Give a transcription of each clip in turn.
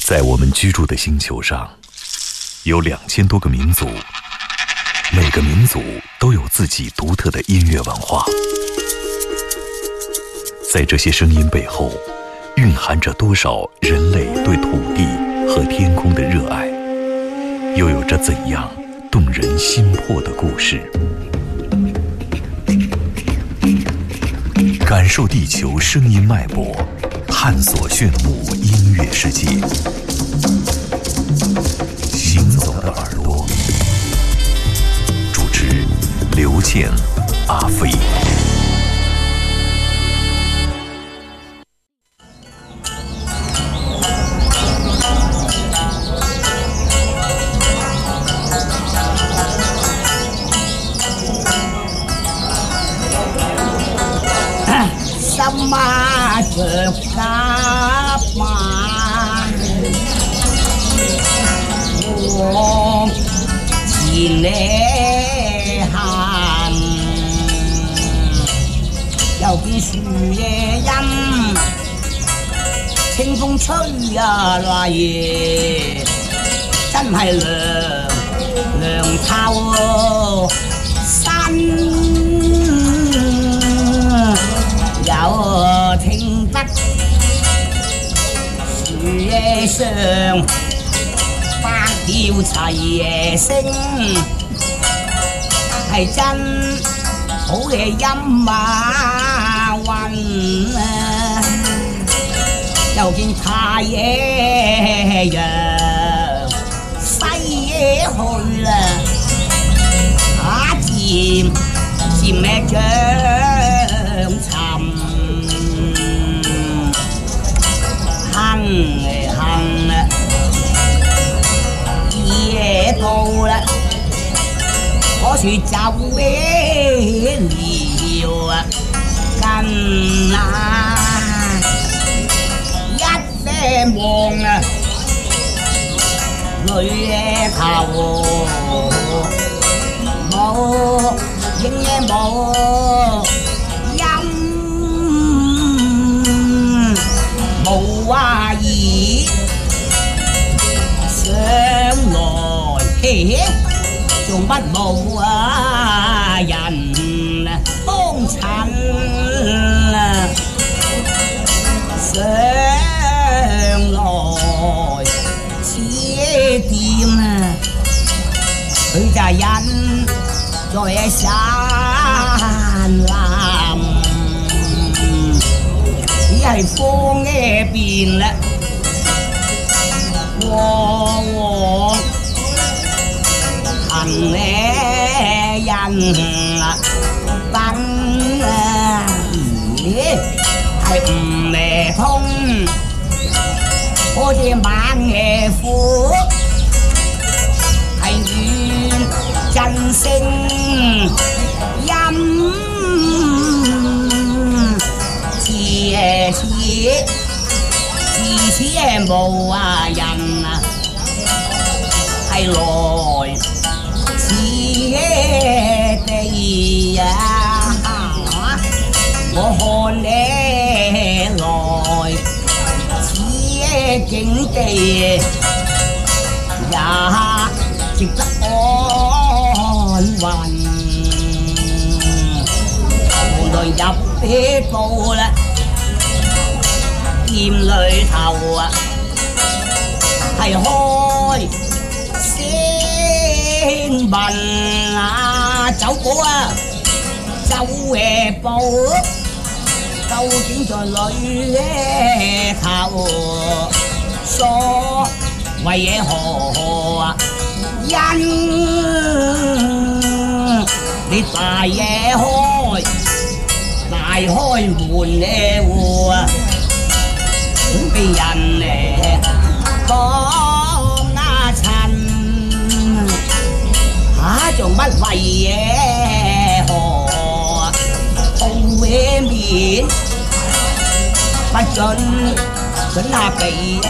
在我们居住的星球上，有2000多个民族，每个民族都有自己独特的音乐文化。在这些声音背后，蕴含着多少人类对土地和天空的热爱，又有着怎样动人心魄的故事？感受地球声音脉搏，探索炫目音乐世界。行走的耳朵，主持刘健、阿飞。 嘛着嘎嘛，我前来行，又見樹夜陰，清風吹呀來，真係涼透身。有聽得樹葉上百條齊聲，係真好嘅音馬雲啊！又見太陽西野去啦，漸漸咩將沉。行啦，夜到啦，可是走了近啊，一聲望啊，淚頭冇影也冇。無話兒上來，嘿嘿，仲不無啊人幫襯啊，上來此店啊，佢就引在山林。只係風嘅變啦，往往行嘅人啊，等啊，咦，係唔嚟通，好似猛嘅虎，係遠震聲音。自此無啊人啊，係來此地啊！我看你來此境地，也值得安穩。無論入邊到啦。店裏頭啊，係開聲聞啊，走過啊，周嘅步，究竟在裏頭所謂嘢何啊？因你大嘢開，大開門咧喎。俾人嚟講啊襯嚇，做乜為嘢何紅嘅面不准下俾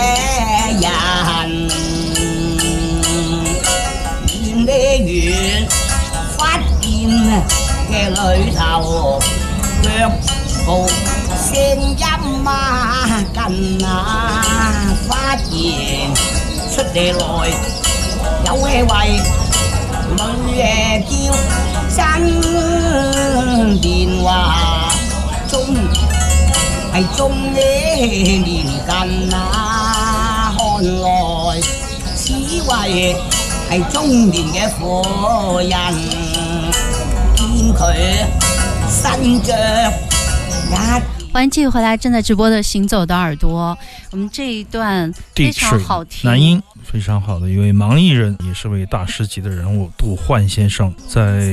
人見你遠發現嘅裏頭腳步聲音啊近啊！ 發現出地來有氣味，女夜叫真電話中係中野年近啊，看來此位係中年嘅婦人，見佢身着欢迎继续回来，正在直播的行走的耳朵。我们这一段非常好听， 男音非常好的一位盲艺人，也是位大师级的人物杜焕先生，在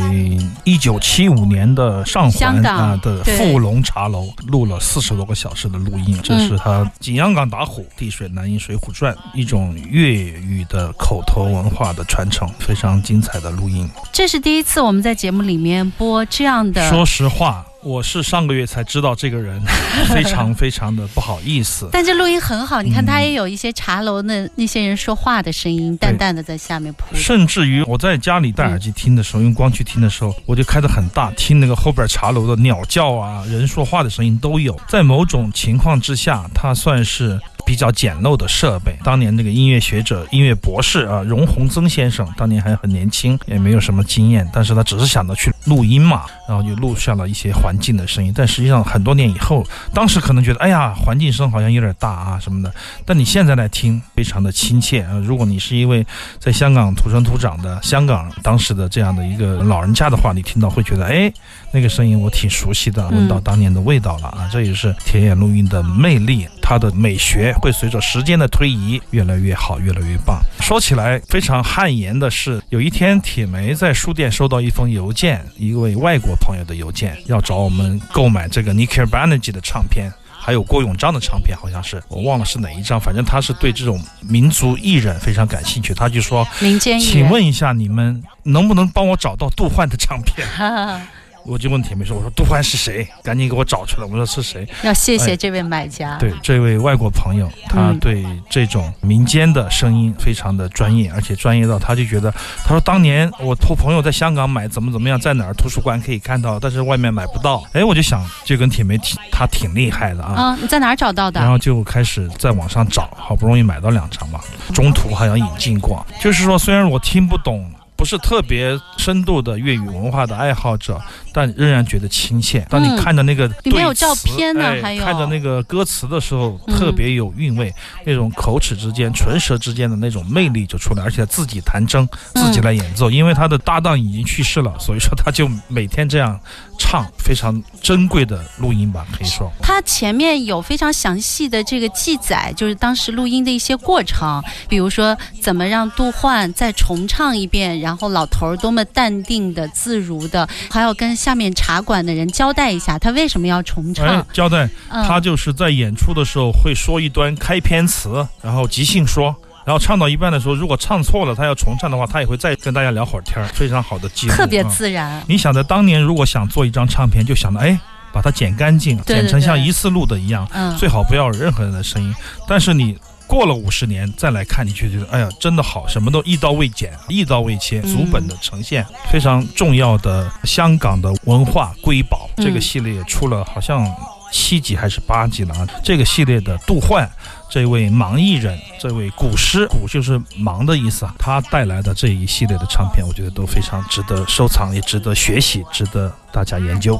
1975年的上环的富隆茶楼录了40多个小时的录音，这是他景阳冈打虎地水南音水浒传一种粤语的口头文化的传承，非常精彩的录音。 这是第一次我们在节目里面播这样的。 说实话，我是上个月才知道这个人，非常非常的不好意思。 但这录音很好，你看他也有一些茶楼的那些人说话的声音，淡淡的在下面铺。 甚至于我在家里戴耳机听的时候，用光驱听的时候，我就开得很大，听那个后边茶楼的鸟叫啊、人说话的声音都有。在某种情况之下，它算是比较简陋的设备。当年那个音乐学者、音乐博士啊，荣鸿曾先生，当年还很年轻，也没有什么经验，但是他只是想着去录音嘛，然后就录下了一些环境的声音。但实际上很多年以后，当时可能觉得，哎呀，环境声好像有点大啊什么的，但你现在来听，非常的亲切啊。如果你是一位在香港土生土长的香港当时的这样的一个老人家的话，你听到会觉得，哎，那个声音我挺熟悉的，闻到当年的味道了啊。这也是田野录音的魅力，它的美学会随着时间的推移越来越好，越来越棒。说起来非常汗颜的是，有一天铁梅在书店收到一封邮件，一位外国朋友的邮件，要找我们购买这个 Nikhil Banerjee 的唱片，还有郭永章的唱片，好像是我忘了是哪一张，反正他是对这种民族艺人非常感兴趣，他就说民间艺人， 请问一下你们能不能帮我找到杜焕的唱片？我就问铁梅说，我说杜焕是谁？赶紧给我找出来。我说是谁？ 要谢谢这位买家。 对，这位外国朋友，他对这种民间的声音非常的专业，而且专业到他就觉得，他说当年我朋友在香港买怎么样，在哪儿图书馆可以看到，但是外面买不到。哎，我就想就跟铁梅他挺厉害的啊。 你在哪儿找到的？ 然后就开始在网上找，好不容易买到2张吧，中途还要引进过。就是说，虽然我听不懂，不是特别深度的粤语文化的爱好者，但仍然觉得亲切。当你看着那个里面有照片呢，还有看着那个歌词的时候，特别有韵味，那种口齿之间、唇舌之间的那种魅力就出来，而且自己弹筝，自己来演奏。因为他的搭档已经去世了，所以说他就每天这样唱，非常珍贵的录音吧，可以说。 他前面有非常详细的这个记载，就是当时录音的一些过程，比如说怎么让杜焕再重唱一遍，然后老头多么淡定的、自如的，还要跟下面茶馆的人交代一下他为什么要重唱。 交代，他就是在演出的时候会说一段开篇词，然后即兴说，然后唱到一半的时候，如果唱错了，他要重唱的话，他也会再跟大家聊会儿天，非常好的记录， 特别自然。 你想在当年如果想做一张唱片，就想到把它剪干净，剪成像一次录的一样，最好不要有任何人的声音。但是你过了50年再来看，你就觉得哎呀，真的好，什么都一刀未剪，一刀未切，足本的呈现，非常重要的香港的文化瑰宝。这个系列出了好像7集还是8集了啊！这个系列的杜焕，这位盲艺人，这位古诗，古就是盲的意思啊，他带来的这一系列的唱片，我觉得都非常值得收藏，也值得学习，值得大家研究。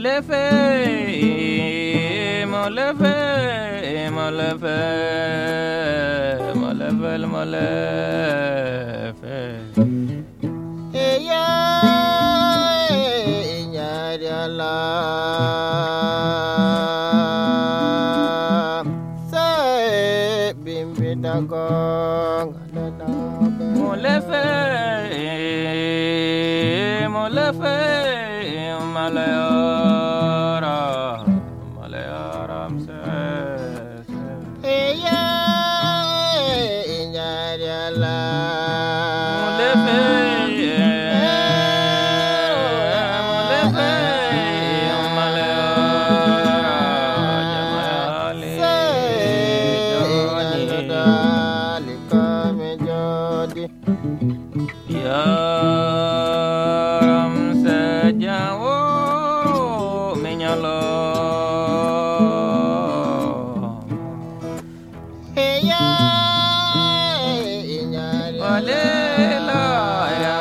molefe molefe molefe molefe molefe eya nyari ala se bimbi dagong molefe molefe malayara malayaram se eya nyari ala molefe molefe malayara jamayali dali kame jodi yaram sejawo menyalo eya nyari walela ya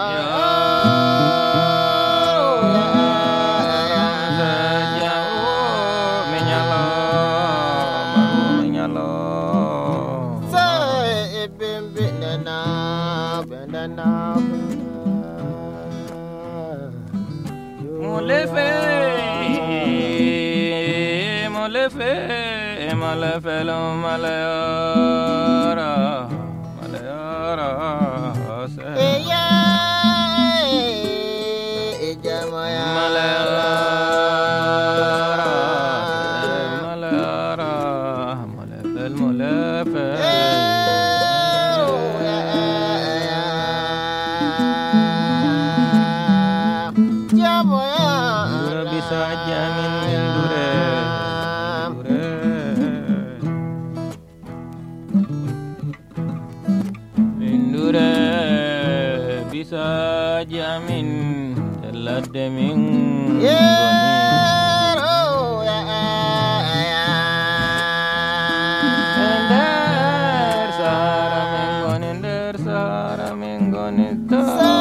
sejawo menyalo menyalo se bimbi nana benana molefe molefe molefe lo malayara malayara se eya jamaya malayara malayara molefe molefe bisa jamin dure dure bisa jamin telat deming ender sara menggon ender sara menggon itu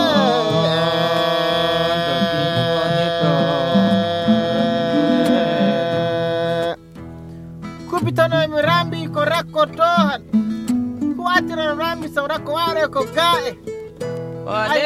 kupitana mirambi korakotohan kuatira rambi saurako wale ko gae wale